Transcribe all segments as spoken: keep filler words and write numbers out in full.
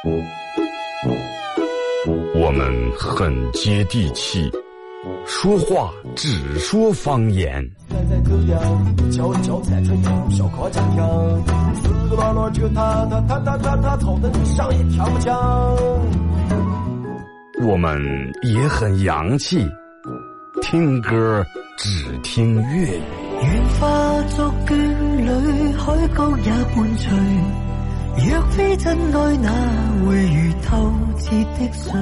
我们很接地气，说话只说方言。我们也很洋气，听歌只听粤语。 愿化作眷侣，海角也伴随。若非真爱，哪會如透徹的水？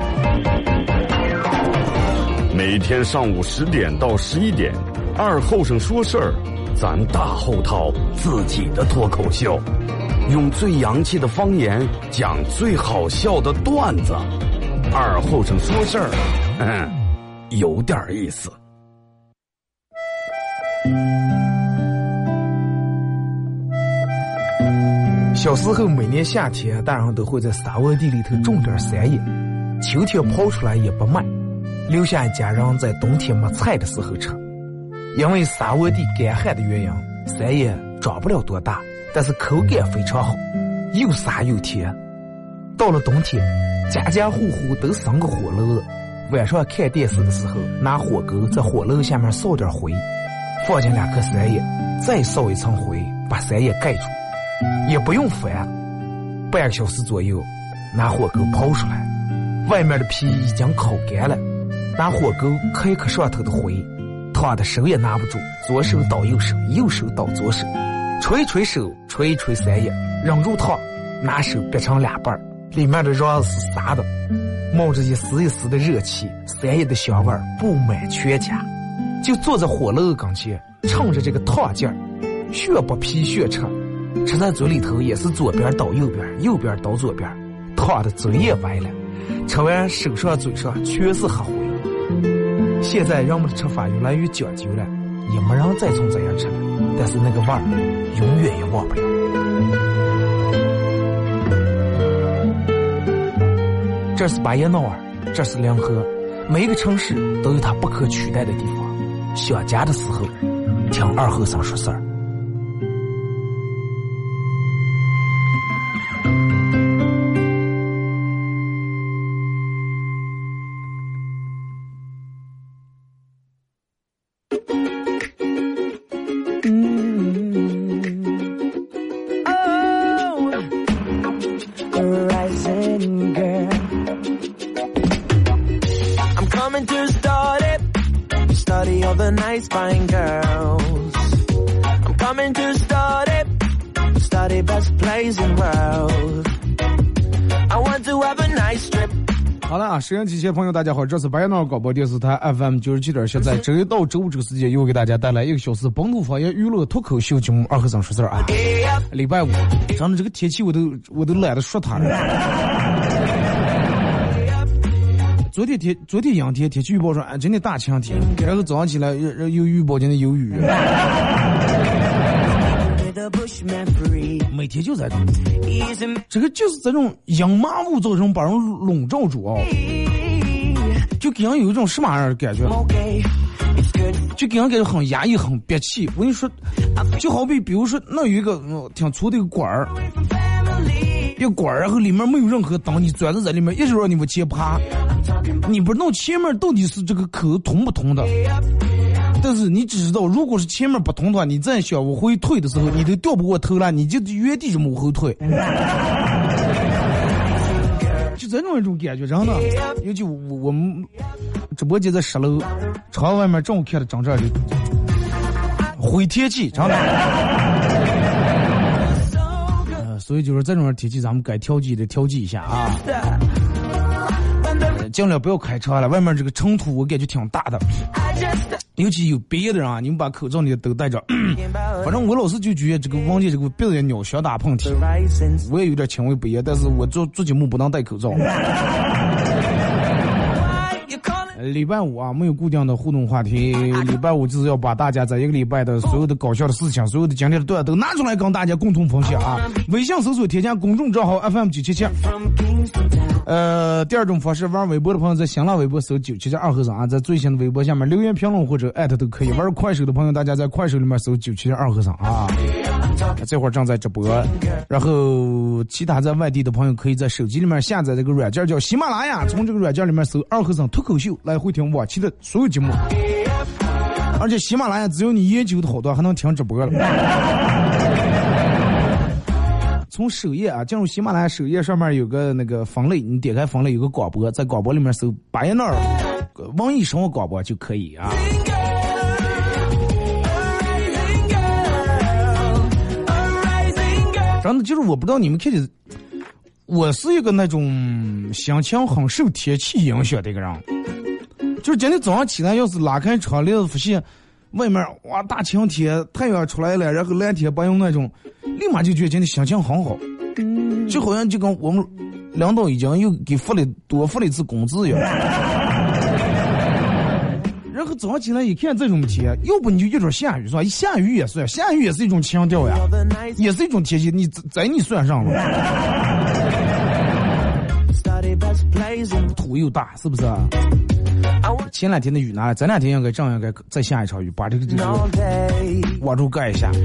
每天上午十點到十一點，二後生說事兒，咱大後套自己的脫口秀，用最洋氣的方言講最好笑的段子。二後生說事兒，嗯，有點意思。 小时候每年夏天，大人都会在沙窝地里头种点山野，秋天刨出来也不卖，留下家人在冬天没菜的时候吃。因为沙窝地干旱的原因，山野长不了多大，但是口感非常好，又沙又甜。到了冬天，家家户户都生个火炉，晚上看电视的时候，拿火钩在火炉下面烧点灰，放进两颗山野，再烧一层灰，把山野盖住。也不用翻，半个小时左右，拿火钩刨出来，外面的皮已经烤干了，拿火钩磕一磕上头的灰，烫的手也拿不住，左手倒右手，右手倒左手，捶捶手，捶捶山野，忍住烫，拿手掰成两半，里面的瓤是撒的，冒着一丝一丝的热气，山野的香味布满全家。就坐在火炉跟前，趁着这个烫劲儿，血不皮血吃。吃在嘴里头也是左边倒右边，右边倒左边，烫的嘴也歪了，吃完手上嘴上全是黑灰。现在人们的吃法越来越讲究了，也没人再从这样吃了，但是那个味儿永远也忘不了。这是巴彦淖尔，这是临河，每一个城市都有它不可取代的地方。想家的时候，听二后生说事儿。 好了啊，收音机前朋友大家好，这是白杨闹广播电视台 F M 九十七点七，在周一到周五这个时间又给大家带来一个小时本土方言娱乐脱口秀节目二和尚说事儿啊。礼拜五，真的这个天气我都我都懒得说它了。昨天天昨天阳天，天气预报说啊，今天大晴天，然后早上起来又又预报今天有雨。每天就在这种，这个就是这种阴霾雾造成把人笼罩住啊，就给人有一种什么样的感觉，就给人感觉很压抑很憋气。我跟你说，就好比比如说那有一个、呃、挺粗的一个管儿，一个管儿，然后里面没有任何灯，你钻在在里面一直让你往前爬，你不知道前面到底是这个口通不通的，但是你只知道，如果是前面不通的话，你再想往回退的时候，你都掉不过头了，你就原地就往后退，就这种一种感觉。然后呢，尤其我我们直播间在十楼，朝外面正午看的张这里灰天气，真的。呃，所以就是这种天气，咱们该调剂的调剂一下啊。尽量不要开车了，外面这个尘土我感觉挺大的，尤其有别的人啊，你们把口罩你都戴着。反正我老是就觉得这个王姐这个鼻子也鸟小打喷嚏，我也有点轻微不一样，但是我做做节目不能戴口罩。礼拜五啊，没有固定的互动话题。礼拜五就是要把大家在一个礼拜的所有的搞笑的事情、所有的经历的段都拿出来跟大家共同分享啊！微信搜索添加公众账号 F M 九七七。呃，第二种方式，玩微博的朋友在新浪微博搜九七七二和尚啊，在最新的微博下面留言评论或者艾特都可以。玩快手的朋友，大家在快手里面搜九七七二和尚啊。 这会儿正在直播。然后其他在外地的朋友可以在手机里面下载这个软件叫喜马拉雅，从这个软件里面搜二和尚脱口秀来回听往期的所有节目。而且喜马拉雅只有你研究的好多还能听直播了。从首页啊，进入喜马拉雅首页上面有个那个分类，你点开分类有个广播，在广播里面搜巴彦淖尔网易生活广播就可以啊。真的就是我不知道你们看见，我是一个那种心情很受天气影响的一个人，就是今天早上起来要是拉开窗帘子发现外面哇大晴天，太阳出来了，然后蓝天白云那种，立马就觉得今天心情很好，就好像就跟我们领导已经又给付了多付了一次工资一样。然后早上起来一看这种天，要不你就一点下雨是吧？下雨也算，下雨也是一种情调呀，也是一种天气，你在你算上了。土又大，是不是啊？前两天的雨呢，这两天应该这样应该再下一场雨，把这个这个往住盖一下。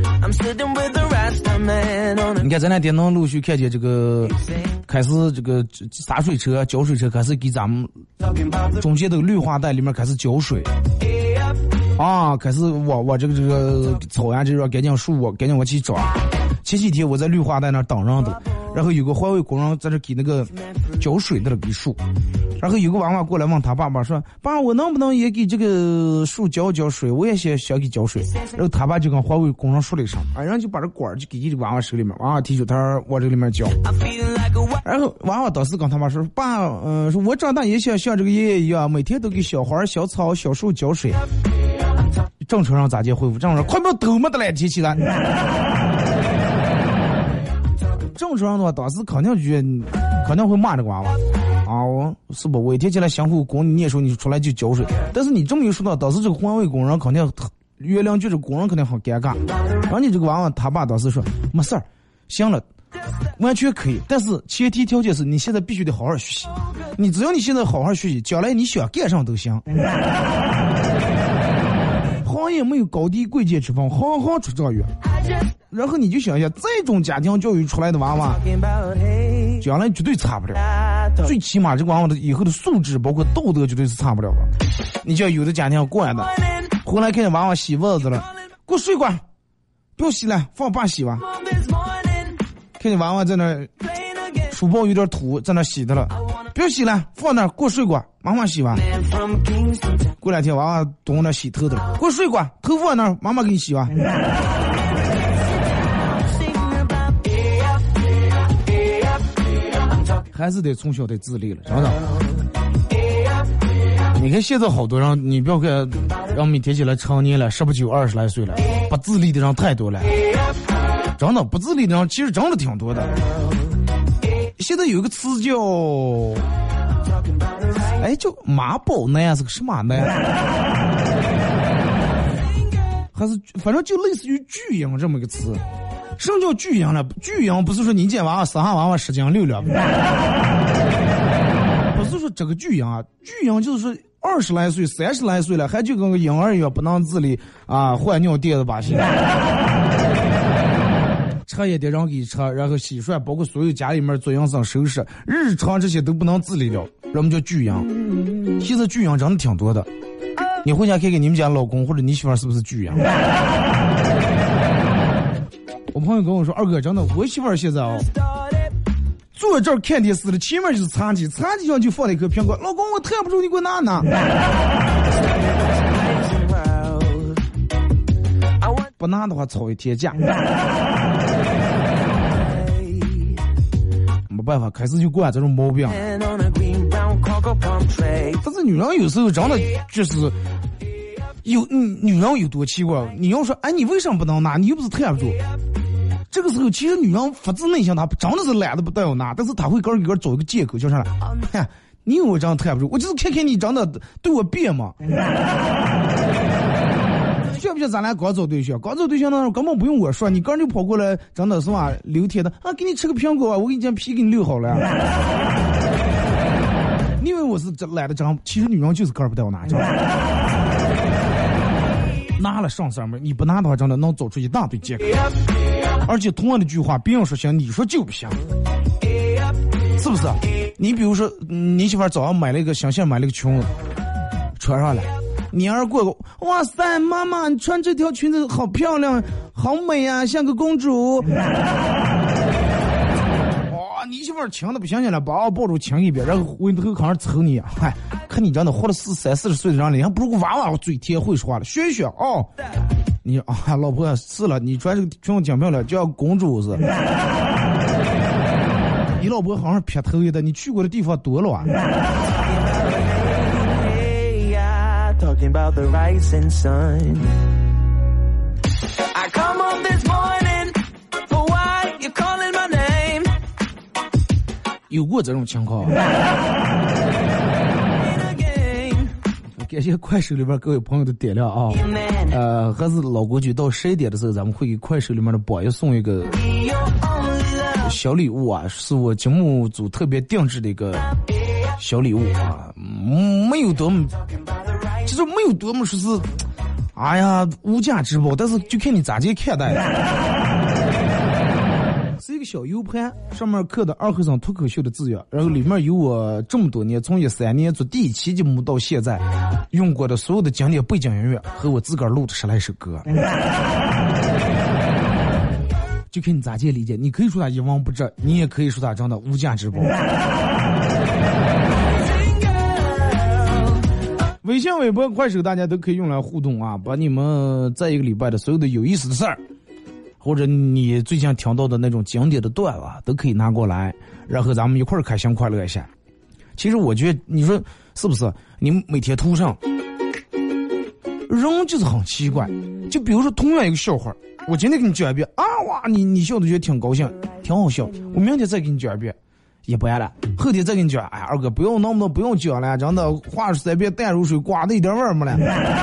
你看这两天能陆续看见这个开始这个洒水车、浇水车开始给咱们中间的绿化带里面开始浇水啊，开始往往这个这个草呀这个赶紧树我赶紧往起长。前几天我在绿化带那等人的，然后有个环卫工人在这给那个浇水的给树。然后有个娃娃过来问他爸爸说：“爸，我能不能也给这个树浇浇水？我也想想给浇水。”然后他爸就跟环卫工人说了一声，哎，然后就把这管就给这个娃娃手里面，娃娃提出他往这里面浇。然后娃娃当时跟他爸说：“爸，嗯、呃，说我长大也想像这个爷爷一样，每天都给小花、小草、小树浇水。”正常人咋接回复？正常人快不要抖么的来提起来。正常人的话，当时肯定就觉得肯定会骂这个娃娃。啊，我是不？我一天起来相互供你念书，你出来就浇水。但是你这么一说到，当时这个环卫工人肯定月亮就是工人肯定很尴尬。然后你这个娃娃他爸当时说没事儿，行了，完全可以。但是前提条件是你现在必须得好好学习。你只要你现在好好学习，将来你想干上都行。行业没有高低贵贱之分，行行出状元。然后你就想一下，这种家庭教育出来的娃娃，将来绝对差不了。最起码这个娃娃的以后的素质，包括道德，绝对是差不了的。你像有的家庭惯的，回来看见娃娃洗袜子了，给我睡过，不要洗了，放我爸洗吧。看见娃娃在那书包有点土，在那洗的了，不要洗了，放那给我睡过，妈妈洗吧。过两天娃娃蹲那洗头的了，给我睡过，头放那妈妈给你洗吧。还是得从小得自立了，真的。你看现在好多人，你不要看，让每天起来成年了，十不九、二十来岁了，不自立的人太多了。真的不自立的人其实真的挺多的。现在有一个词叫，哎，叫妈宝男是个什么男？还是反正就类似于巨婴这么个词。什么叫巨婴了？巨婴不是说你见娃娃生下娃娃十斤六两，不是说这个巨婴啊，巨婴就是说二十来岁、三十来岁了，还就跟个婴儿一样不能自理啊，换尿垫子把戏，车也得让给车，然后洗涮，包括所有家里面做营生收拾，日常这些都不能自理了，人们叫巨婴。其实巨婴真的挺多的，你回家看看你们家老公或者你媳妇是不是巨婴？我朋友跟我说，二哥真的，我媳妇儿现在啊、哦，坐这儿看电视的，前面就是茶几，茶几上就放了一颗苹果。老公，我抬不住，你给我拿拿。不拿的话，吵一天架。没办法，开始就惯这种毛病。但是女人有时候真的就是有，女人有多奇怪？你要说，哎，你为什么不能拿？你又不是抬不住。这个时候，其实女人发自内心，她真的是懒得不带我拿，但是她会个人给个找一个借口，叫啥来？哎，你以为我这样抬不住？我就是看看你真的对我别嘛。像不像咱俩刚找对象？刚找对象那根本不用我说，你刚就跑过来，真的是吧？留贴的啊，给你吃个苹果啊，我给你将皮给你留好了。你以为我是这懒得这样？其实女人就是个人不带我拿，知道吗？拿了上上面，你不拿的话，真的能走出一大堆借口。 而且同样的句话，别人说行，你说就不行，是不是？你比如说，你媳妇早上买了一个想象买了一个裙子，穿上来，你儿过个，哇塞，妈妈，你穿这条裙子好漂亮，好美啊，像个公主。你媳妇儿强的不想起来，把我抱住亲一遍，然后回头看着瞅你，嗨，看你这样的活了四三四十岁的人了，你还不如个娃娃，我嘴甜会说话了，学一学哦。你啊，老婆是了，你穿这个裙子挺漂亮，就像公主似的。你老婆好像撇头一的，你去过的地方多了啊。有过这种情况，感谢快手里边各位朋友的点亮啊！呃，还是老规矩，到十一点的时候，咱们会给快手里面的宝爷送一个小礼物啊，是我节目组特别定制的一个小礼物啊，没有多么，其实没有多么说是，哎呀无价之宝，但是就看你咋去看待了。是一个小 U 盘，上面刻的二和尚脱口秀的字样，然后里面有我这么多年从一三年做第一期节目到现在用过的所有的经典背景音乐和我自个儿录的十来首歌，就看你咋去理解。你可以说它一文不值，你也可以说它真的无价之宝。微信、微博、快手，大家都可以用来互动啊，把你们在一个礼拜的所有的有意思的事儿，或者你最近听到的那种经典的段啊，都可以拿过来，然后咱们一块儿开心快乐一下。其实我觉得，你说是不是？你每天图上，人就是很奇怪。就比如说同样一个笑话，我今天给你讲一遍啊，哇，你你笑的觉得挺高兴，挺好笑。我明天再给你讲一遍，也不爱了。后天再给你讲，哎，二哥不用那么多，不用讲了，真的话随便淡如水，刮的一点味儿没了。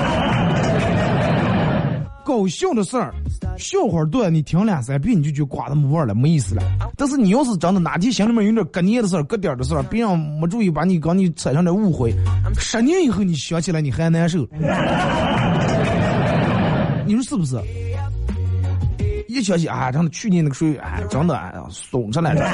搞笑的事儿，笑话段你听两三遍你就觉得刮的没味儿了，没意思了。但是你要是真的哪天心里面有点隔捏的事儿、隔点的事儿，别人没注意把你刚你踩上点误会，十年以后你想起来你还难受。你说是不是？一想起啊，真的去年那个水，哎，真的怂着来着。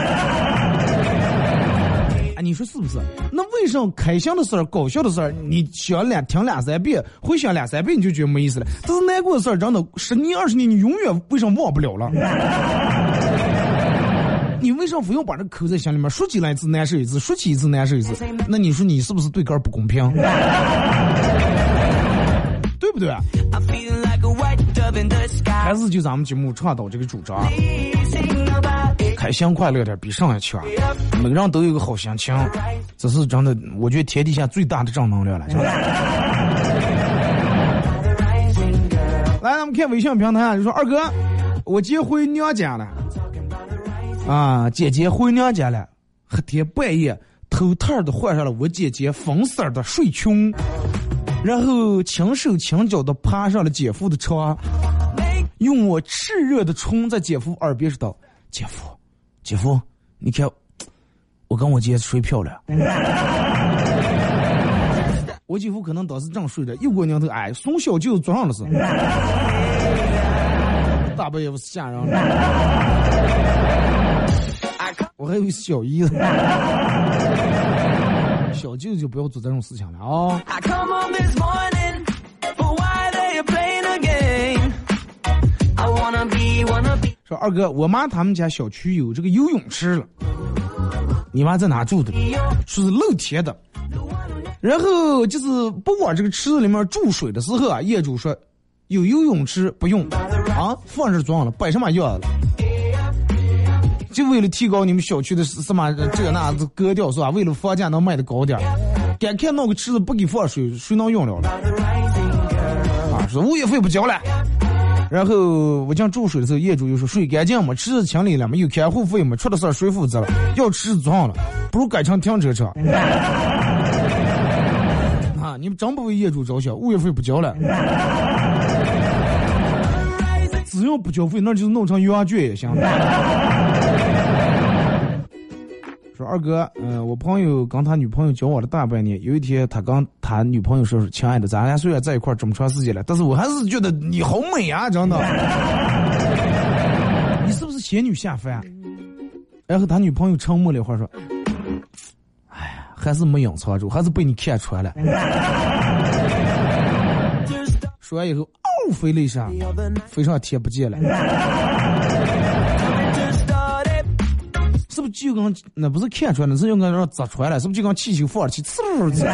你说是不是？那为什么开心的事儿、搞笑的事儿，你想两听两三遍，回想两三遍你就觉得没意思了？但是难过的事儿，真的十年二十年，你永远为什么忘不了了？你为什么非要把这扣在心里面？说起来一次难受一次，说起一次难受一次？那你说你是不是对个儿不公平？对不对啊？还是就咱们节目倡导这个主张，开心快乐点比上一强，每个人都有一个好心情，这是真的，我觉得天底下最大的正能量了。来，咱们看微信平台，就说二哥，我姐回娘家了，啊，姐姐回娘家了，黑天半夜偷偷的换上了我姐姐粉色的睡裙，然后轻手轻脚的爬上了姐夫的床，用我炽热的唇在姐夫耳边说道：“姐夫，姐夫，你看，我跟我姐睡漂亮。”我姐夫可能当时正睡着，又过娘头，哎，从小就坐上了是，大半夜不是吓人了，我还有小姨子。小舅就不要做这种事情了啊！说二哥，我妈他们家小区有这个游泳池了，你妈在哪住的？说是露天的，然后就是不往这个池子里面注水的时候啊，业主说有游泳池不用啊，放这装了，摆什么样了？就为了提高你们小区的什么这那格调是吧？为了房价能卖的高点，眼看那个池子不给放水，谁能用了了？啊，说物业费不交了。然后我讲注水的时候，业主又说水干净嘛，池子清理了嘛，有看护费嘛，出了事儿谁负责了？要池子装了，不如改成停车场。啊，你们真不为业主着想，物业费不交了。只要不交费，那就是弄成冤卷也行。说二哥，嗯、呃，我朋友跟他女朋友交往了大半年，有一天他跟他女朋友说：“亲爱的，咱俩虽然在一块儿这么长时间了，但是我还是觉得你好美啊，真的。 你是不是仙女下凡？然后他女朋友沉默了一会儿说：“哎呀，还是没隐藏住，还是被你看穿了。”说完以后，嗷飞了一下，飞上天不见了。是不是就跟那不是看出来，那是用个让砸出来了？是不是就跟气球放气，呲呲？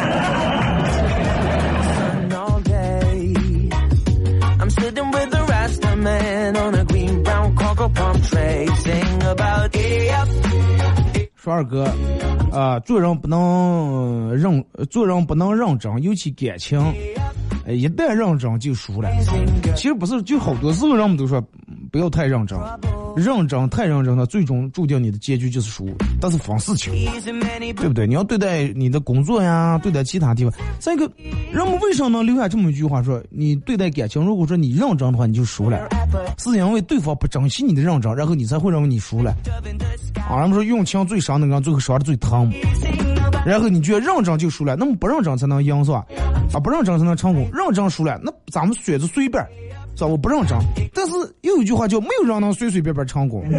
说二哥，啊、呃，做人不能认，做人不能认真，尤其感情，呃，一旦认真就输了。其实不是，就好多时候人们都说不要太认真，认真太认真了，最终注定你的结局就是输。但是分事情，对不对？你要对待你的工作呀，对待其他地方。再一个，人们为什么能留下这么一句话说，你对待感情，如果说你认真的话，你就输了，是因为对方不珍惜你的认真，然后你才会认为你输了。啊，人们说用情最伤的人，最后伤的最疼。然后你觉得认真就输了，那么不认真才能赢是吧？啊，不认真才能成功，认真输了，那咱们选择随便，是吧？我不认真，但是又有一句话叫没有人能随随便便成功。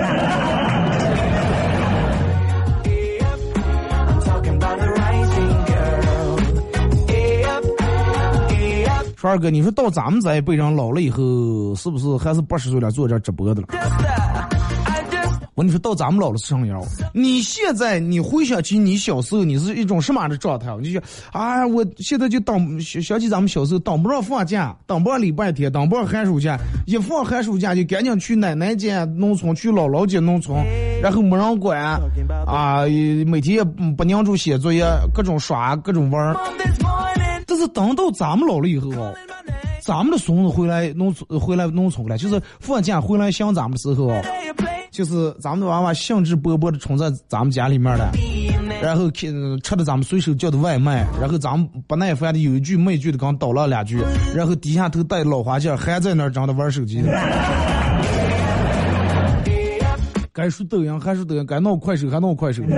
说二哥，你说到咱们这一辈人老了以后，是不是还是八十岁了做这直播的了？我跟你说到咱们老了是什么样？你现在你回想起你小时候，你是一种什么样的状态？你就啊，我现在就当想起咱们小时候，当不上放假，当不上礼拜天，当不上寒暑假，一放寒暑假就赶紧去奶奶家农村，去姥姥家农村，然后没人管啊，每天也不拧住写作业，各种耍，各种玩。但是等到咱们老了以后哦，咱们的孙子回来农村，回来农村了，就是放假回来想咱们的时候哦。就是咱们的娃娃兴致勃勃的冲在咱们家里面了，然后吃的咱们随手叫的外卖，然后咱们不耐烦的有一句没句的刚叨了两句，然后低下头戴老花镜还在那儿张着玩手机的。该说抖音还说抖音，该闹快手还闹快手。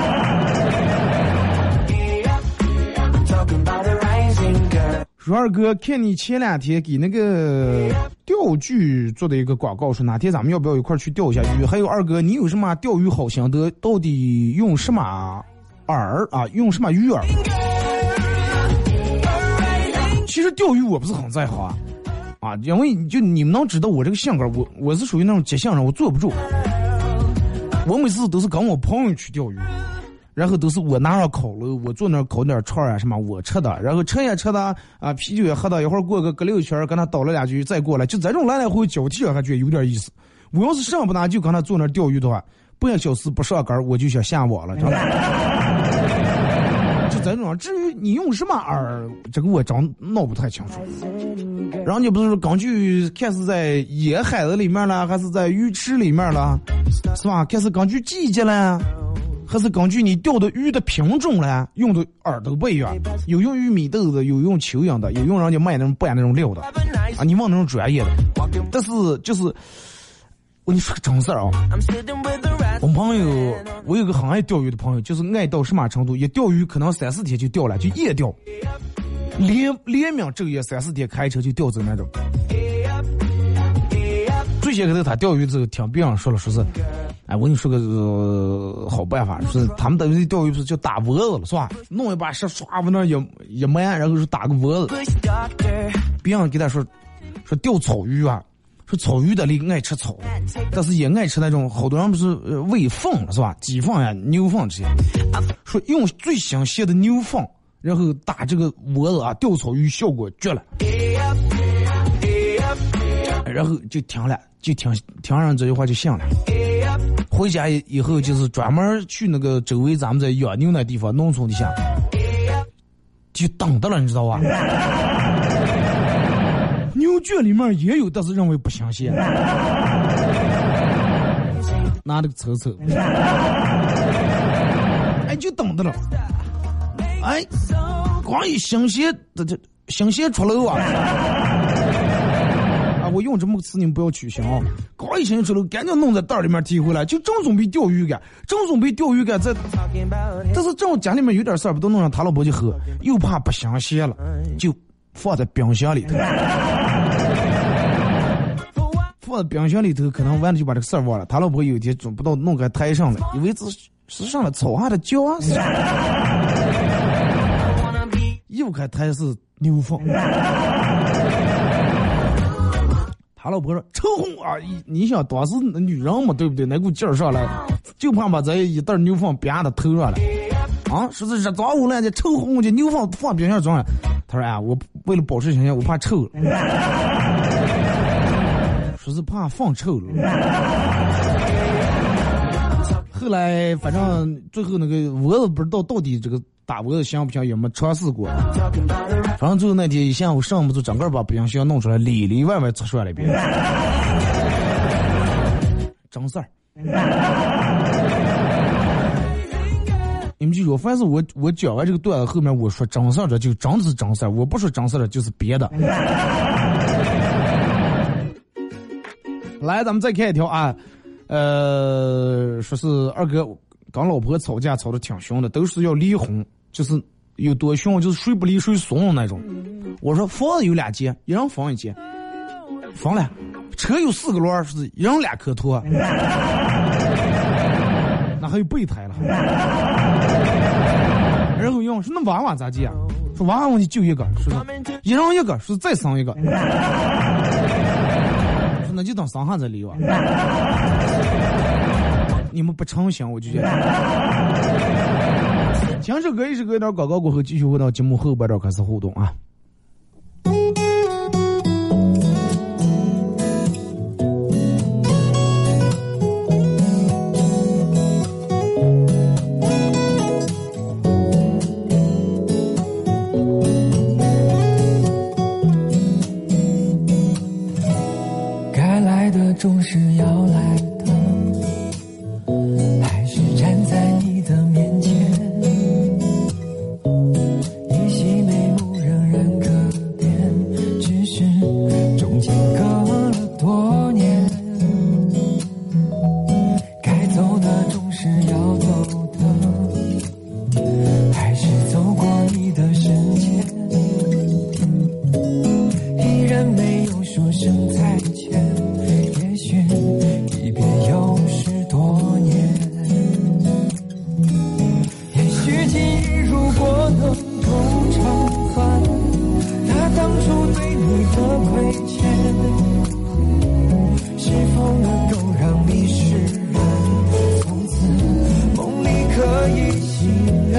说二哥，看你前两天给那个钓具做的一个广告，说哪天咱们要不要一块去钓一下鱼？还有二哥，你有什么钓鱼好心得？到底用什么饵啊？用什么鱼饵？其实钓鱼我不是很在行啊，啊，因为就你们能知道我这个性格，我我是属于那种急性人，我坐不住。我每次都是跟我朋友去钓鱼。然后都是我拿上烤了，我坐那儿烤点串啊什么我吃的，然后吃也吃的啊，啤酒也喝的，一会儿过个个六圈跟他倒了两句再过来，就这种来来回交替还觉得有点意思。我要是上不拿就跟他坐那儿钓鱼的话，半小时不上杆我就想下网了，真的。就这种，至于你用什么饵，这个我真闹不太清楚。然后你不是根据看是在野海子里面了，还是在鱼池里面了，是吧？看是根据季节了。还是根据你钓的鱼的品种来用的饵都不一样，有用玉米豆的，有用蚯蚓的，有用人家卖那种拌那种料的啊，你问那种专业的。但是就是我跟你说个真事儿啊，我朋友，我有个很爱钓鱼的朋友，就是爱到什么程度，一钓鱼可能三四天就钓了，就夜钓，连连命昼夜三四天开车就钓走那种。最先给他他钓鱼之后听别人说了，说是哎，我跟你说个、呃、好办法，是他们等于钓鱼是叫打窝子了，是吧？弄一把石刷往那一一埋，然后是打个窝子。别人给他说说钓草鱼啊，说草鱼的里爱吃草，但是也爱吃那种好多人不是喂凤了，是吧？鸡凤呀、牛凤这些，说用最新鲜的牛凤，然后打这个窝子啊，钓草鱼效果绝了。然后就停了，就停停上这句话就信了。回家以后就是专门去那个周围咱们在养牛那地方农村的下，就等到了，你知道吧？牛圈里面也有，但是认为不新鲜，拿那个瞅瞅，哎，就等到了，哎，光一新鲜的这新鲜出炉啊！我用这么个词你们不要取消，搞一新鲜出炉，赶紧弄在袋里面提回来，就正准备钓鱼竿，正准备钓鱼竿在，但是正家里面有点事儿，不都弄上他老婆去喝，又怕不新鲜了，就放在冰箱里头。 放在冰箱里头，可能完了就把这个事儿忘了。他老婆有一天准不到弄个台上来，以为这是上了草下的脚啊，一不开台是牛粪。他老婆说：“臭红啊！你想当时那女人嘛，对不对？那股劲儿上来，就怕把这一袋牛粪啪的头上来。啊，说是热脏污了，这臭红这牛粪放冰箱装了。他说：哎，我为了保持形象，我怕臭了。说是怕放臭了。后来反正最后那个我也不知道到底这个打我行不行，也没尝试过。反正最后那天一下午上午就整个把冰箱弄出来，里里外外测出来了一遍。真事儿。你们记住，凡是我我讲完这个段子后面我说真事儿的就真是真事儿，我不说真事儿的就是别的。来，咱们再看一条啊，呃，说是二哥跟老婆吵架吵得挺凶的，都是要离婚，就是有多凶，就是谁不离谁怂的那种。我说房子有两间，一人分一间，分了。车有四个轮，是一人俩可拖。那还有备胎了。然后用说那娃娃咋地啊？说娃娃问题就一个，说是一人一个，说再生一个。说那就等生下再离吧。你们不成想，我就觉得。听首歌一首歌一点广告过后，继续回到节目后半段开始互动啊。 总是要来的，还是站在你的面前，依稀眉目仍然可辨，只是中间隔了多年，该走的总是要走的，还是走过你的身前，依然没有说声再见，一别又是多年，也许记忆如果能够偿还他当初对你的亏欠，是否能够让你释然，从此梦里可以心安。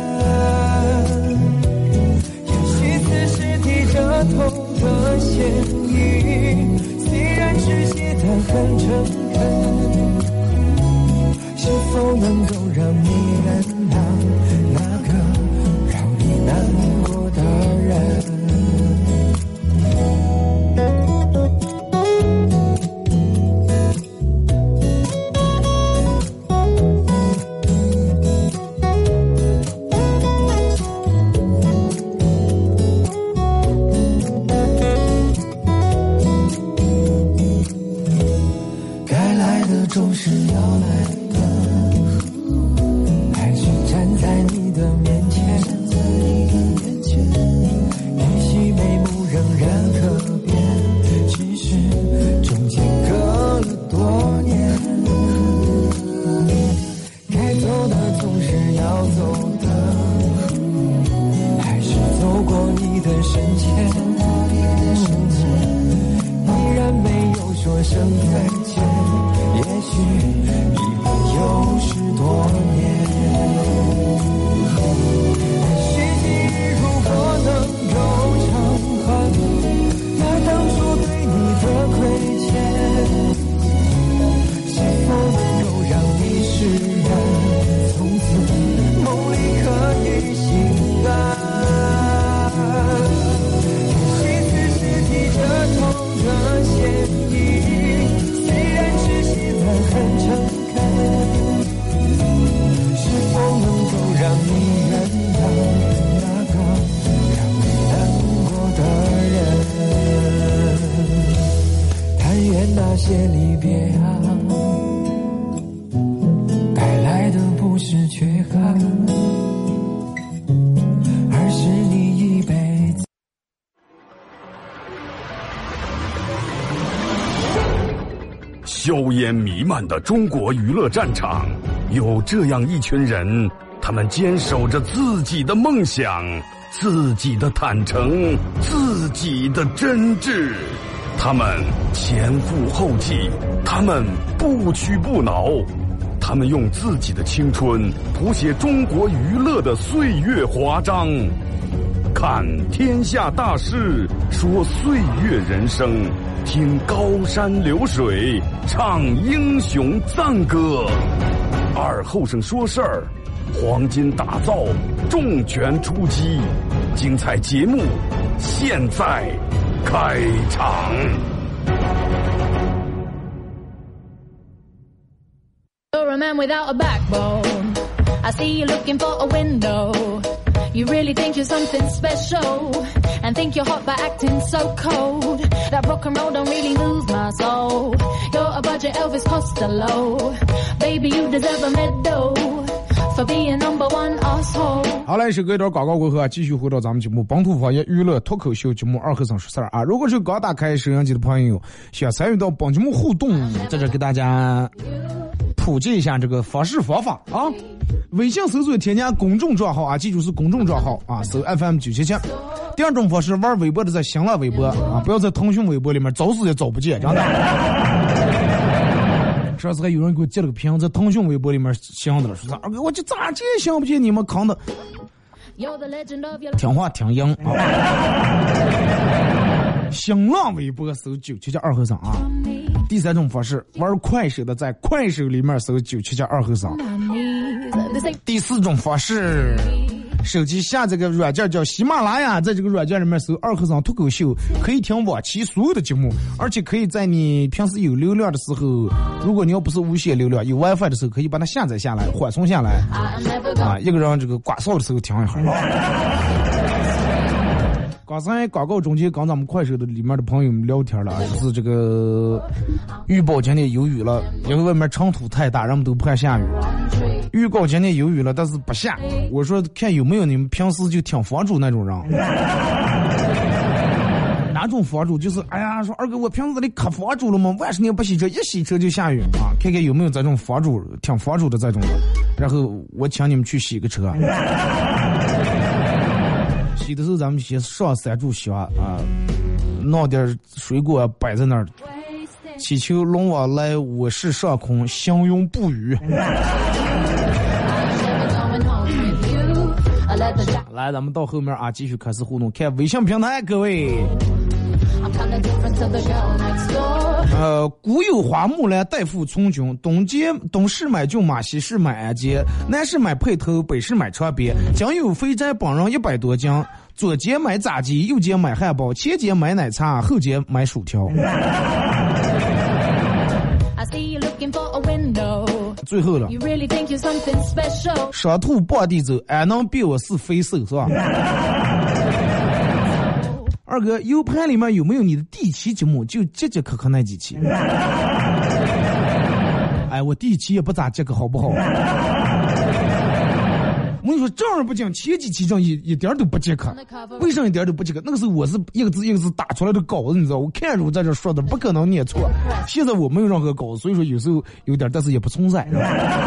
也许此时低着头的嫌疑，虽然只写得很诚恳，是否能够让你原谅那个让你难过的人？总是要来的，还是站在你的面前，依稀眉目仍然可辨，只是中间隔了多年，该走的总是要走的，还是走过你的身前，依然没有说声再见，也许一别又是多年，也许记忆如果能够偿还他当初对你的亏欠，是否能够让你释然，从此梦里可以心安。也许此时提着头的嫌疑，很诚恳，是否能够让你原谅那个让你难过的人？但愿那些离别啊，带来的不是缺憾，而是你一辈子。 烟弥漫的中国娱乐战场，有这样一群人，他们坚守着自己的梦想，自己的坦诚，自己的真挚。他们前赴后继，他们不屈不挠，他们用自己的青春谱写中国娱乐的岁月华章。看天下大事，说岁月人生，听高山流水，唱英雄赞歌。二后生说事儿，黄金打造，重拳出击，精彩节目现在开场。 You're a man without a backbone. I see you looking for a window. You really think you're something special, and think you're hot by acting so cold. That rock and roll don't really move my soul. You're a budget Elvis Costello. Baby, you deserve a medal for being number one asshole. 好嘞，是隔一段广告过后啊，继续回到咱们节目本土方言娱乐脱口秀节目二和尚说事儿啊。如果是刚打开摄像机的朋友，想参与到本节目互动，在这给大家普及一下这个方式方法啊。微信搜索添加公众账号啊，记住是公众账号啊，搜 F M 九七七。第二种方式，玩微博的在新浪微博啊，不要在腾讯微博里面找死也找不见，真的。上次还有人给我截了个屏，在腾讯微博里面想的了，说二哥我这咋这想不见你们扛的，听话听硬啊。新浪微博搜九七七二和尚啊。第三种方式，玩快手的在快手里面搜九七七二和尚。第四种方式，手机下这个软件叫喜马拉雅，在这个软件里面搜二和尚脱口秀，可以听往期所有的节目，而且可以在你平时有流量的时候，如果你要不是无线流量有 WiFi 的时候，可以把它下载下来缓冲下来啊，一个人这个刮噪的时候听一会儿。刚才广告中间跟咱们快手的里面的朋友们聊天了，就是这个预报今天有雨了，因为外面尘土太大，人们都怕下雨。预告今天有雨了，但是不下。我说看有没有你们平时就听房主那种人。哪种房主就是哎呀，说二哥我平时在这里磕房主了吗？万十年不洗车，一洗车就下雨啊！看看有没有这种房主听房主的这种的，然后我请你们去洗个车。洗的时候咱们先上三炷香啊，弄点水果摆在那儿，祈求龙王来我市上空，祥云布雨。来，咱们到后面啊，继续开始互动，看微信平台各位。呃，古有花木兰代父从军，东街东市买骏马，西市买鞍鞯，南市买辔头，北市买长鞭。将有肥宅本人一百多斤，左街买炸鸡，右街买汉堡，前街买奶茶，后街买薯条。最后了，上吐傍地走，俺能比我是肥瘦是吧？二哥 U 盘里面有没有你的第一期节目？就接接可可那几期。哎，我第一期也不咋接个好不好？我跟你说，正儿不讲，前几期正一一点都不接客，为什么一点都不接客？那个时候我是一个字一个字打出来的稿子，你知道，我看着我在这说的不可能念错。现在我没有任何稿子，所以说有时候有点，但是也不存在。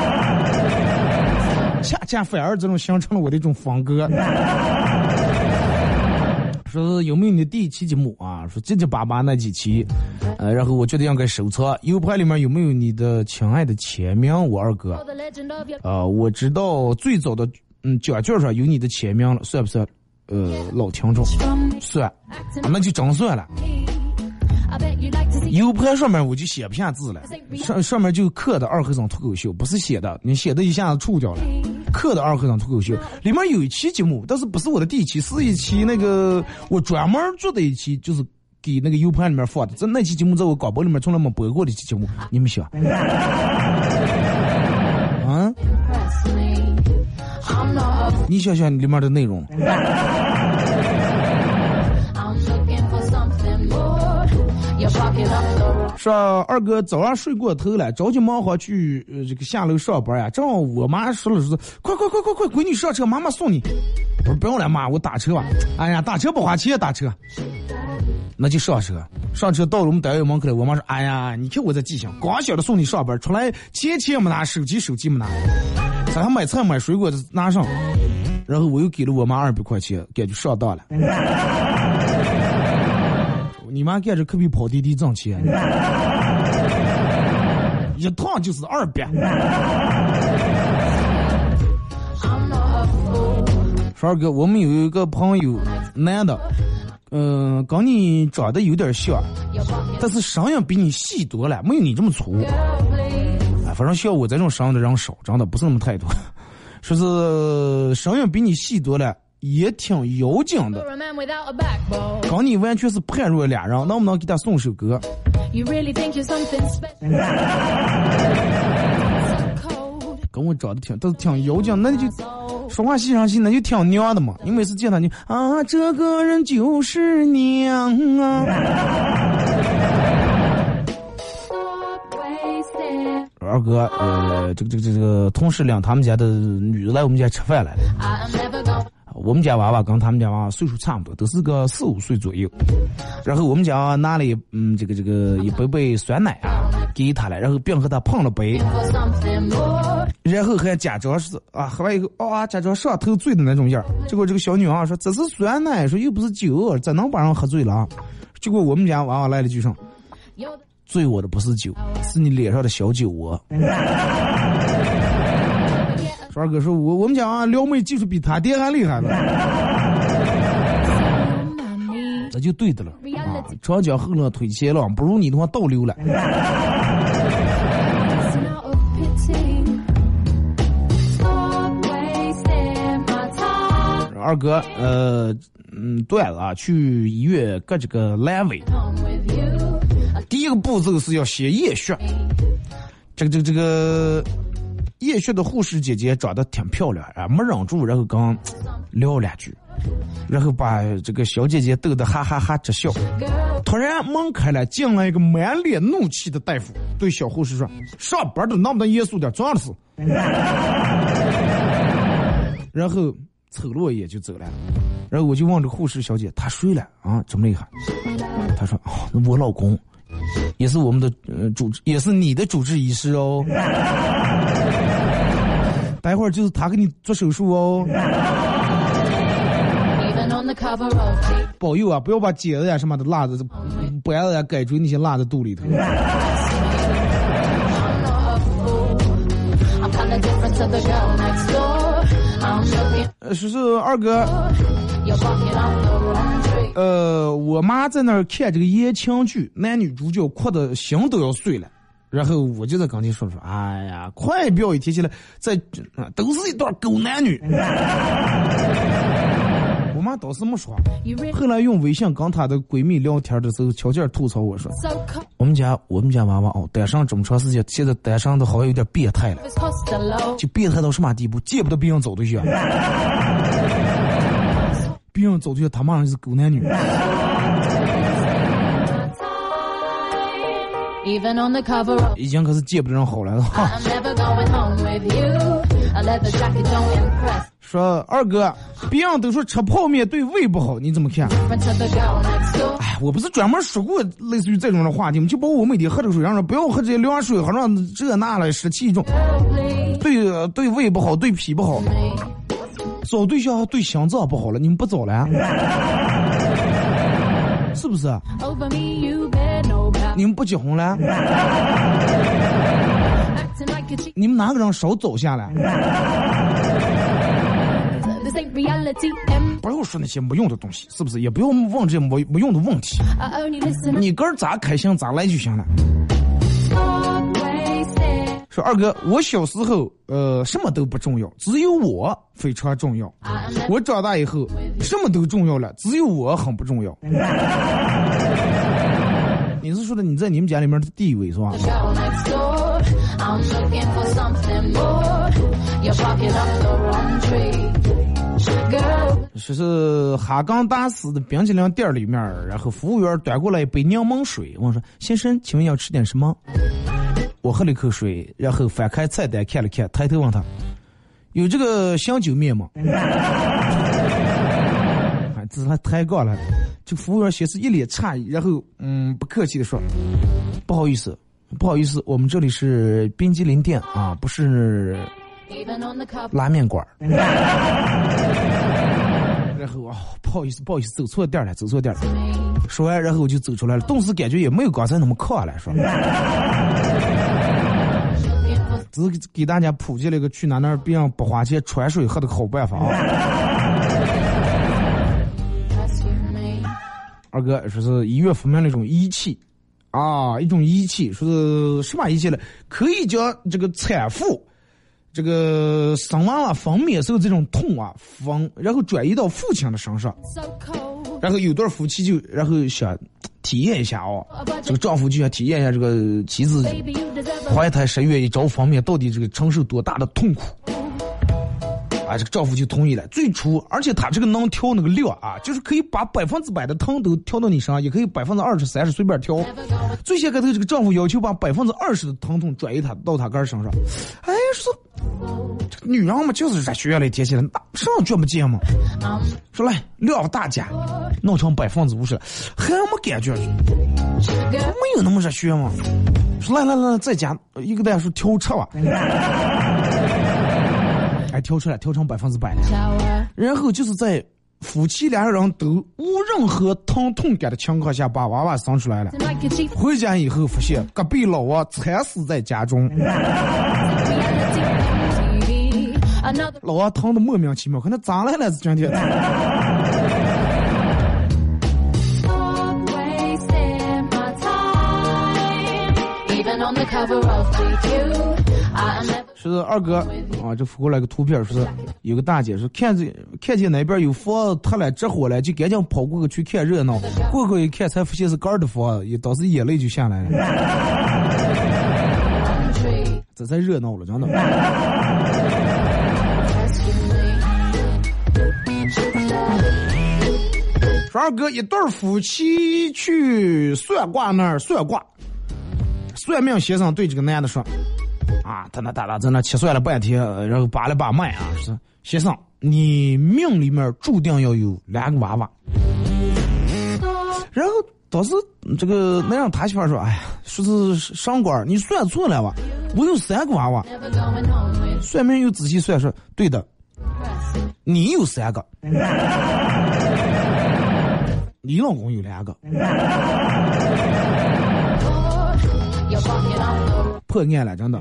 恰恰反而这种形成了我的一种风格。说有没有你的第一期节目啊？说结结巴巴那几期，呃，然后我觉得应该收藏。U 盘里面有没有你的亲爱的签名？我二哥，呃，我知道最早的嗯奖券上有你的签名了，算不算？呃，老听众，算，啊、那就真算了。U 盘上面我就写不下字了，上上面就刻的二和尚脱口秀，不是写的，你写的一下子触掉了。刻的二和尚脱口秀里面有一期节目，但是不是我的第一期，是一期那个我专门做的一期，就是给那个 U 盘里面放的。这那期节目在我广播里面从来没播过的一期节目，你们想？啊？你想想里面的内容。说二哥早上睡过头了，着急忙慌去呃这个下楼上班呀。正好我妈说了说，快快快快快，闺女上车，妈妈送你。我说不用了妈，我打车吧。哎呀，打车不花钱，打车。 那就上车，上车到了我们单位门口了，我妈说：“哎呀，你看我在记性，光晓得送你上班，出来钱钱没拿，手机手机没拿，咱还买菜买水果拿上。”然后我又给了我妈二百块钱，感觉上当了。你妈干着可比跑滴滴挣钱，一趟就是二百。说二哥，我们有一个朋友，男的，嗯、呃，跟你长得有点像，但是声音比你细多了，没有你这么粗。哎，反正像我这种声音的人少，真的不是那么太多。说是声音比你细多了，也挺妖精的，跟你完全是判若两人，能不能给他送首歌？跟我长得挺都挺妖精，那你就说话细声细，那就挺娘的嘛。你每次见他，你啊，这个人就是娘啊。二哥，呃，这个这个这个同事俩他们家的女的来我们家吃饭来了。我们家娃娃跟他们家娃娃岁数差不多，都是个四五岁左右。然后我们家拿了一嗯这个这个一杯杯酸奶啊给他了，然后并和他碰了杯，然后还假装是啊喝完以后啊假装上头醉的那种样。结果这个小女娃说这是酸奶，说又不是酒，咋能把人喝醉了？结果我们家娃娃来了句上。醉我的不是酒，是你脸上的小酒窝。说二哥说我我们讲啊，撩妹技术比他爹还厉害了，这就对的了啊！长江后浪推前浪，不如你的话倒溜了。二哥，呃，嗯，段子啊，去医院割这个阑尾。第一个步骤是要先验血，这个这个这个验血的护士姐姐长得挺漂亮啊，没忍住，然后刚聊两句，然后把这个小姐姐逗得哈哈哈直笑。突然门开了，进来一个满脸怒气的大夫，对小护士说：“上班都那么的严肃点，装的是。”然后瞅了我一眼就走了。然后我就问这护士小姐，她睡了啊？这么厉害？她说：“哦，我老公。”也是我们的呃主治，也是你的主治医师哦。待会儿就是他给你做手术哦。保佑啊，不要把结子呀什么的辣子，不要呀改追那些辣在肚里头。呃，是是二哥。呃，我妈在那儿看这个言情剧，男女主角哭的心都要碎了，然后我就在跟你说说，哎呀，快不要一提起来，在、啊、都是一段狗男女。我妈倒是没说，后来用微信跟她的闺蜜聊天的时候，悄悄吐槽我说，我们家我们家娃娃哦，单上这么长时间，现在单上的好像有点变态了，就变态到什么地步，见不得别人走对象。别人走对他妈是狗男女。已经可是见不得人好了。说二哥，别人都说吃泡面对胃不好，你怎么看？哎，我不是专门说过类似于这种的话题吗？就包括我每天喝这个水，让说不要喝这些凉水，好让这那了湿气重，对对胃不好，对脾不好。找对象对心脏不好了，你们不找了呀？是不是？你们不结婚了？你们哪个人少走下来？不要说那些没用的东西，是不是？也不要问这些没没用的问题。你哥咋开心咋来就行了。说二哥，我小时候呃什么都不重要，只有我非常重要。我长大以后什么都重要了，只有我很不重要。你是说的你在你们家里面的地位是吧？说是哈根达斯的冰淇淋店里面，然后服务员端过来一杯柠檬水，我说先生，请问要吃点什么？我喝了一口水，然后翻开菜单看了看，抬头问他有这个香酒面吗？这还抬杠了， 这个服务员先是一脸诧异，然后嗯不客气的说：“不好意思，不好意思，我们这里是冰激凌店啊，不是拉面馆。”然后啊、哦，不好意思，不好意思，走错店了，走错店了。说完，然后我就走出来了，顿时感觉也没有刚才那么快了，是吧？只是给大家普及了一个去哪那儿别让不花钱传水喝的好办法啊。二哥说是医院发明了一种仪器啊，一种仪器，说是什么仪器呢？可以将这个产妇这个生娃娃分娩时候这种痛啊分，然后转移到父亲的身上。然后有对夫妻就然后想体验一下哦，这个丈夫就想体验一下这个妻子怀胎十月一朝分娩到底这个承受多大的痛苦。啊，这个丈夫就同意了。最初，而且他这个能调那个量啊，就是可以把百分之百的疼都调到你身上，也可以百分之二十、三十随便调。最先开头这个丈夫要求把百分之二十的疼痛转移他到他个身上。哎，说这个女人嘛，就是在学院里提起来，上觉不见嘛。说来量大家弄成百分之五十，还没感觉，没有那么热血嘛。说来来来，再加一个大说调车吧。哎，调出来，调成百分之百了。然后就是在夫妻两人都无任何疼痛感的情况下，把娃娃生出来了。回家以后发现隔壁老王惨死在家中，老王疼得莫名其妙，可能咋来了？今天。是二哥啊，这发过来个图片，说是有个大姐说看见看见那边有房塌了着火了，就赶紧跑过去去看热闹，过去一看才发现是杆的房，也当时眼泪就下来了。这才热闹了，真的。说二哥一对夫妻去算卦那儿算卦，算命先生对这个男的说。啊，他那他那在那切算了半天，然后把了把脉啊，说先生，你命里面注定要有两个娃娃。然后当时这个那让他媳妇说，哎呀，说是上官，你算错了吧？我有三个娃娃。算命又仔细算说，对的，你有三个，你老公有两个。破案了，真的。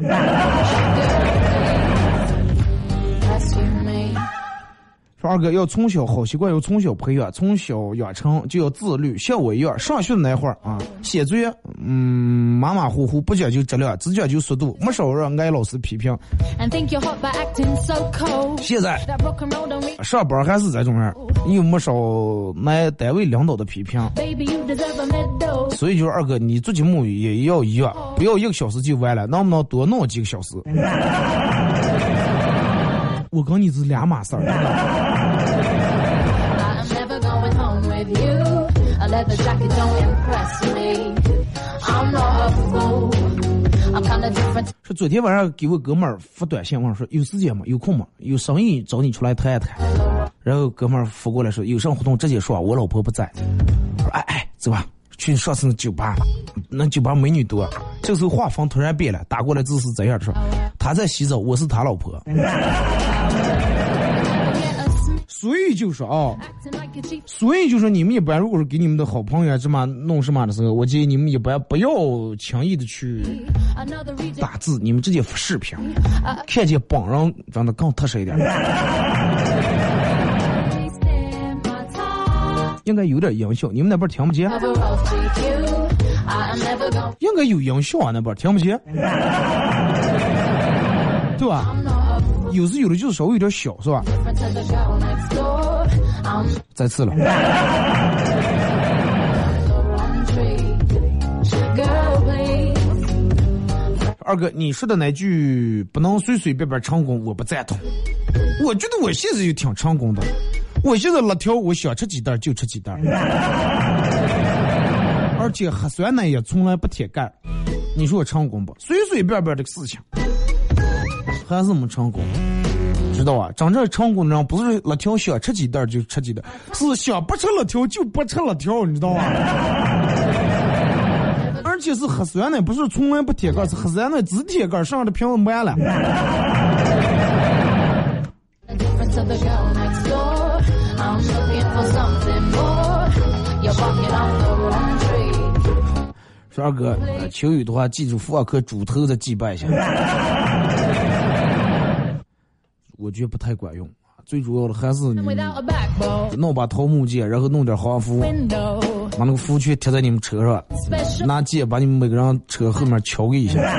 说二哥要从小好习惯，要从小培养，从小养成就要自律。像我一样，上学的那会儿啊，写作业嗯马马虎虎，不讲究质量，只讲究速度，没少让挨老师批评。现在上班还是这种人，又没少挨单位领导的批评。所以就是二哥，你做节目也要一样，不要一个小时就完了，能不能多弄几个小时？我跟你是两码事儿。说昨天晚上给我哥们儿发短信问说有时间吗？有空吗？有生意找你出来谈一谈。然后哥们儿发过来说有啥活动直接说，我老婆不在。说哎哎，走吧，去上次那酒吧，那酒吧美女多。这时候画风突然变了，打过来字是这样的说，他在洗澡，我是他老婆。所以就说啊，所以就说你们一般如果是给你们的好朋友这么弄什么的时候，我建议你们一般不要轻易的去打字，你们直接发视频，看见本人长得更踏实一点。应该有点音效，你们那边听不见？应该有音效啊，那边听不见？对吧？有时有的就是稍微有点小，是吧？再次了。二哥，你说的那句不能随随便便成功，我不赞同。我觉得我现在就挺成功的，我现在辣条我想吃几袋就吃几袋，而且核酸奶也从来不贴盖。你说我成功不？随随便便的事情还是没成功。 知道啊？真正成功的人不是辣条想吃几袋就吃几袋，是想不吃辣条就不吃辣条，你知道吗？而且是喝酸奶，不是从来不铁杆，是喝酸奶只铁杆，上的瓶子满了。说二哥，求雨的话，记住福尔克猪头再祭拜一下。我觉得不太管用，最主要的还是你弄把桃木剑，然后弄点黄符，把那个符圈贴在你们车上，拿剑把你们每个人车后面敲个一下。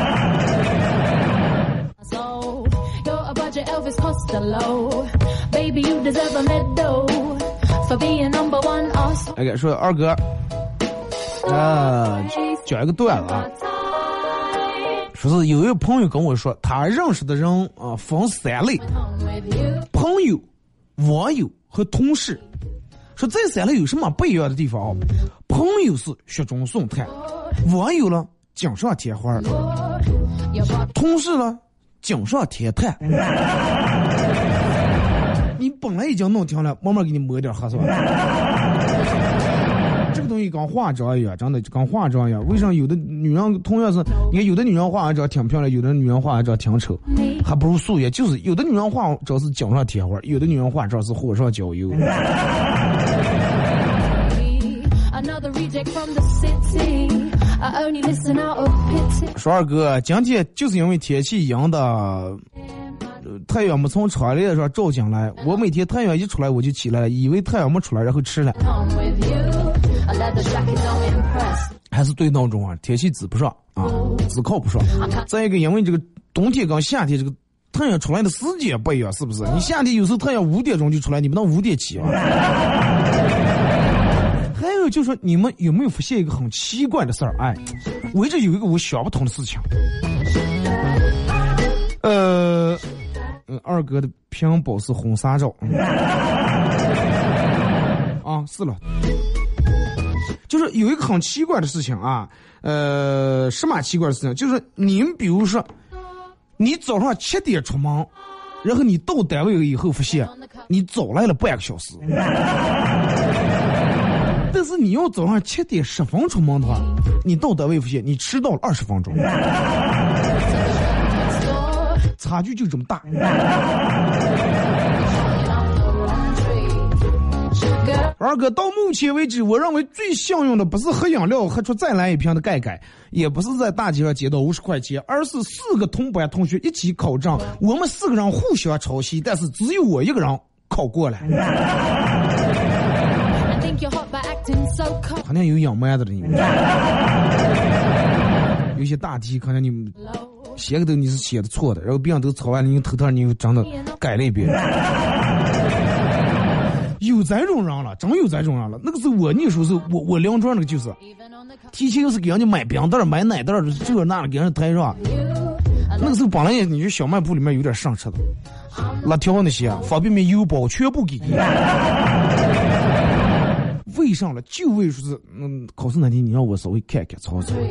哎，说二哥，啊，讲一个段子啊。说是有一个朋友跟我说，他认识的人啊分三类：朋友、网友和同事。说这三类有什么不一样的地方？朋友是雪中送炭，网友呢锦上添花，同事呢锦上添炭。你本来已经弄停了，慢慢给你抹点黑算。这个东西跟化妆一样，真的跟化妆一样。为什么有的女人同样是，你看有的女人化完妆挺漂亮，有的女人化完妆挺丑，还不如素颜。就是有的女人化妆是锦上添花，有的女人化妆是火上浇油。说二哥，今天就是因为天气阴的。太阳没从窗帘上照进来，我每天太阳一出来我就起来了，以为太阳没出来然后吃了，还是对闹钟啊，天气指不上啊，指靠不上。再一个，因为这个冬天跟夏天这个太阳出来的时间不一样，是不是？你夏天有时候太阳五点钟就出来，你不能五点起啊。还有就是说，你们有没有发现一个很奇怪的事儿？哎，我一直有一个我想不通的事情，呃。二哥的屏保是红纱照啊，是了，就是有一个很奇怪的事情啊，呃，什么奇怪的事情？就是你们比如说，你早上七点出门，然后你到单位以后发现你早来了半个小时，但是你要早上七点十分出门的话，你到单位发现你迟到了二十分钟。差距就这么大。二哥，到目前为止，我认为最幸运的不是喝饮料喝出再来一瓶的盖盖，也不是在大街上捡到五十块钱，而是四个同班同学一起考证，我们四个人互相抄袭，但是只有我一个人考过了。肯定有养麦的了，你们。有些大题可能你们写个都你是写的错的，然后别人都抄完了，你头头你又真的改了一遍。有这种人了，真有这种人了。那个是我那时候是我我梁庄那个就是，提前是给人家买冰袋买奶袋这个那的给人抬上。那个时候本来你就小卖部里面有点上吃的，辣条那些方便面油包全部给你。为上了就为说是嗯考试那天你让我稍微看看抄抄。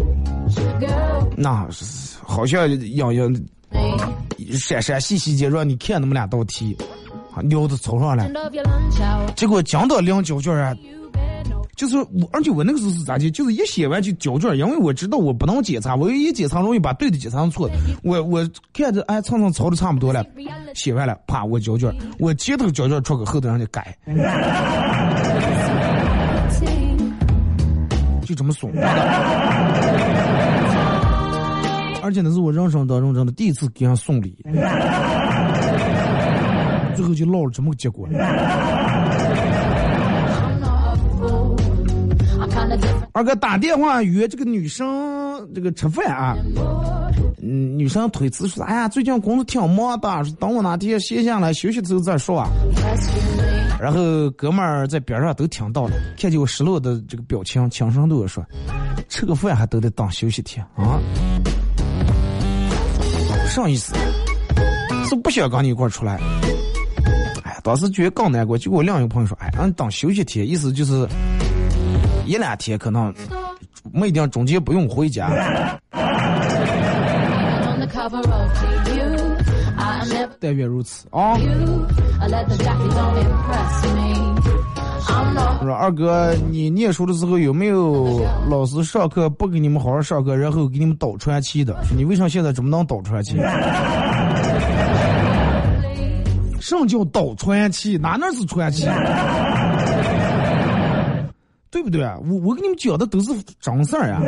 那好像要要闪闪细细节让你看那么两道题，撩的抄上来，结果讲到两交卷啊，就是我，而且我那个时候是咋的，就是一写完就交卷，因为我知道我不能检查，我一检查容易把对的检查成错的，我我看着哎蹭蹭抄的差不多了，写完了，啪我交卷，我前头交卷出个后头让你改。就这么怂的，而且那是我人生当中真的第一次给人送礼，最后就落了这么个结果。二哥打电话约这个女生这个吃饭啊，嗯，女生推辞说：“哎呀，最近工作挺忙的，说等我哪天歇下来休息之后再说啊。”然后哥们儿在边上都听到了，看见我失落的这个表情，轻声对我说：“吃个饭还都得当休息天啊？啥意思？是不想跟你一块出来？”哎，当时觉得更难过，就我另一个朋友说：“哎，让你当休息天，意思就是一两天可能没一定中间不用回家。” 但愿如此啊。说二哥，你念书的时候有没有老师上课不给你们好好上课，然后给你们倒传奇的？说你为啥现在这么能倒传奇？什么叫倒传奇？哪那是传奇？对不对啊？我我给你们讲的都是真事儿啊，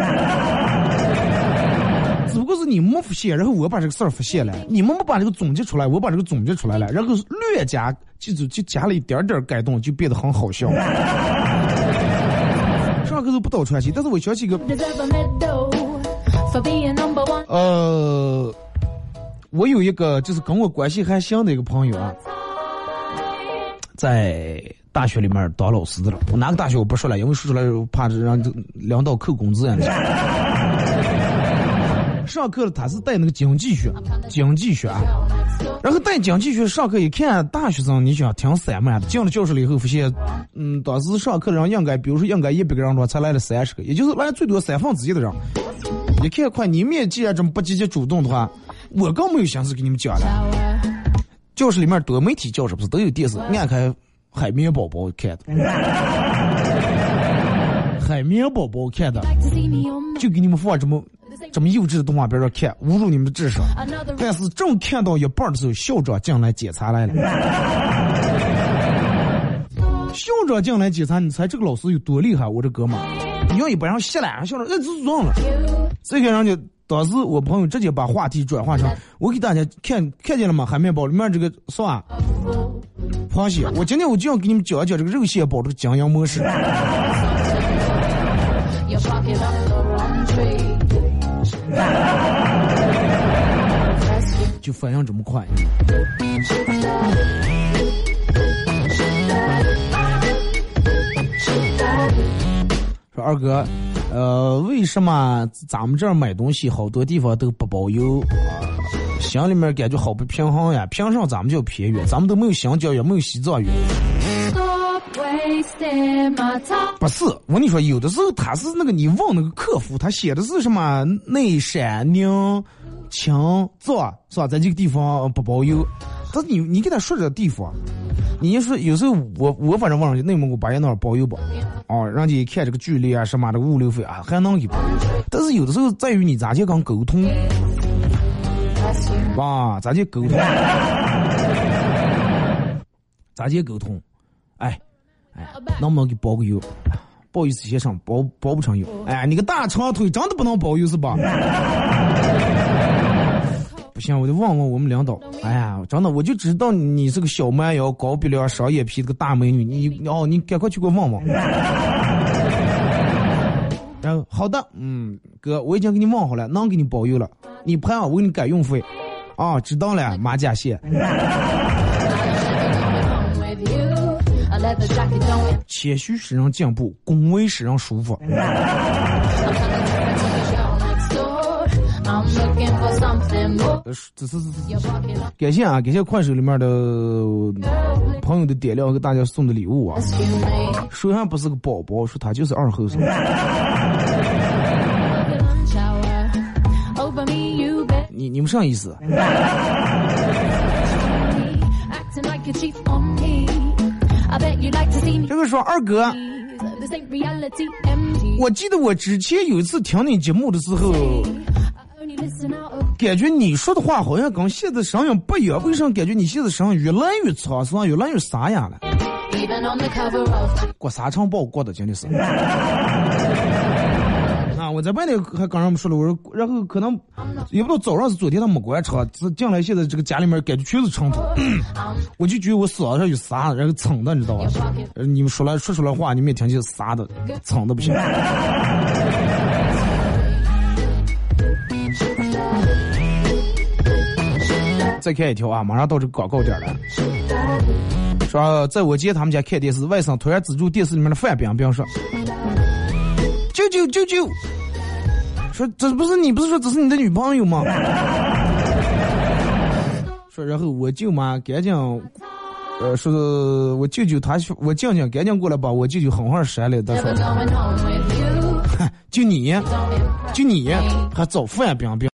只不过是你们没发现，然后我把这个事儿发现了，你们没把这个总结出来，我把这个总结出来了，然后略加记住就加了一点点改动，就变得很好笑。上课都不倒传奇，但是我想起一个，呃，我有一个就是跟我关系还行的一个朋友啊，在大学里面当老师的了。我哪个大学我不说了，因为说出来怕让领导扣工资呀。上课了，他是带那个经济学，经济学啊，然后带经济学上课一看，大学生你想挺散漫的。进了教室了以后发现，嗯，当时上课的人应该，比如说应该一百个人的话，才来了三十个，也就是来最多三分之一的人。一看，快，你们也既然这么不积极主动的话，我更没有心思给你们讲了。教室里面多媒体教室不是都有电视，按开海绵宝宝看的，海绵宝宝看的，就给你们放这么这么幼稚的动画片上看，侮辱你们的智商。但是正看到一半的时候，校长进来检查来了。校长进来检查，你猜这个老师有多厉害？我这哥们儿，你要一把人下来，校长哎这是撞了。这个人就当时我朋友直接把话题转换成，我给大家看看见了吗？海绵宝里面这个是吧？螃蟹，我今天我就要给你们讲一讲这个肉蟹堡这个经营模式。就反应这么快。说二哥，呃，为什么咱们这儿买东西好多地方都不包邮啊？心里面感觉好不平衡呀！凭啥咱们就便宜？咱们都没有香蕉，也没有西藏园。不是，我跟你说，有的时候他是那个你问那个客服，他写的是什么内陕宁秦藏是吧？在这个地方不包邮，但是你你给他说这个地方，你说有时候我我反正问人家内蒙古巴彦淖尔包邮吧，哦，人家一看这个距离啊什么的物流费啊还能给包，但是有的时候在于你咋去跟沟通，哇，咋去沟通，咋去沟通，哎。哎，能不能给包个邮？不好意思，先生，包包不成邮。哎，你个大长腿真的不能包邮是吧？不行，我得问问我们领导。哎呀，真的，我就知道你是个小蛮腰、高鼻梁、双眼皮这个大美女，你哦，你赶快去给我问问。然后，好的，嗯，哥，我已经给你问好了，能给你包邮了。你拍啊，我给你改运费。啊，知道了，马甲线。谦虚使人进步，恭维使人舒服。这是感谢啊，感谢快手里面的朋友的点亮给大家送的礼物啊。说还不是个宝宝，说他就是二后生。你你们啥意思？这个说二哥，我记得我之前有一次听你节目的时候，感觉你说的话好像跟现在声音不一样，为什么感觉你现在声音越来越沧桑，越来越沙哑了？过沙场报过的真的是。啊！我在外头还刚让我们说了，我说，然后可能也不知道早上是昨天他没关车，进来现在这个家里面感觉全是尘土，我就觉得我嗓子上有沙，然后蹭的，你知道吧？你们说来说出来话，你们也听见沙的，蹭的不行。再看一条啊，马上到这个广告点了。说在我姐他们家看电视，外甥突然指住电视里面的范冰冰说：“舅舅舅舅，说这不是你不是说这是你的女朋友吗？”说然后我舅妈赶紧，呃，说我舅舅他我静静赶紧过来把我舅舅狠狠扇了，他说：“就你，就你还找范冰冰。”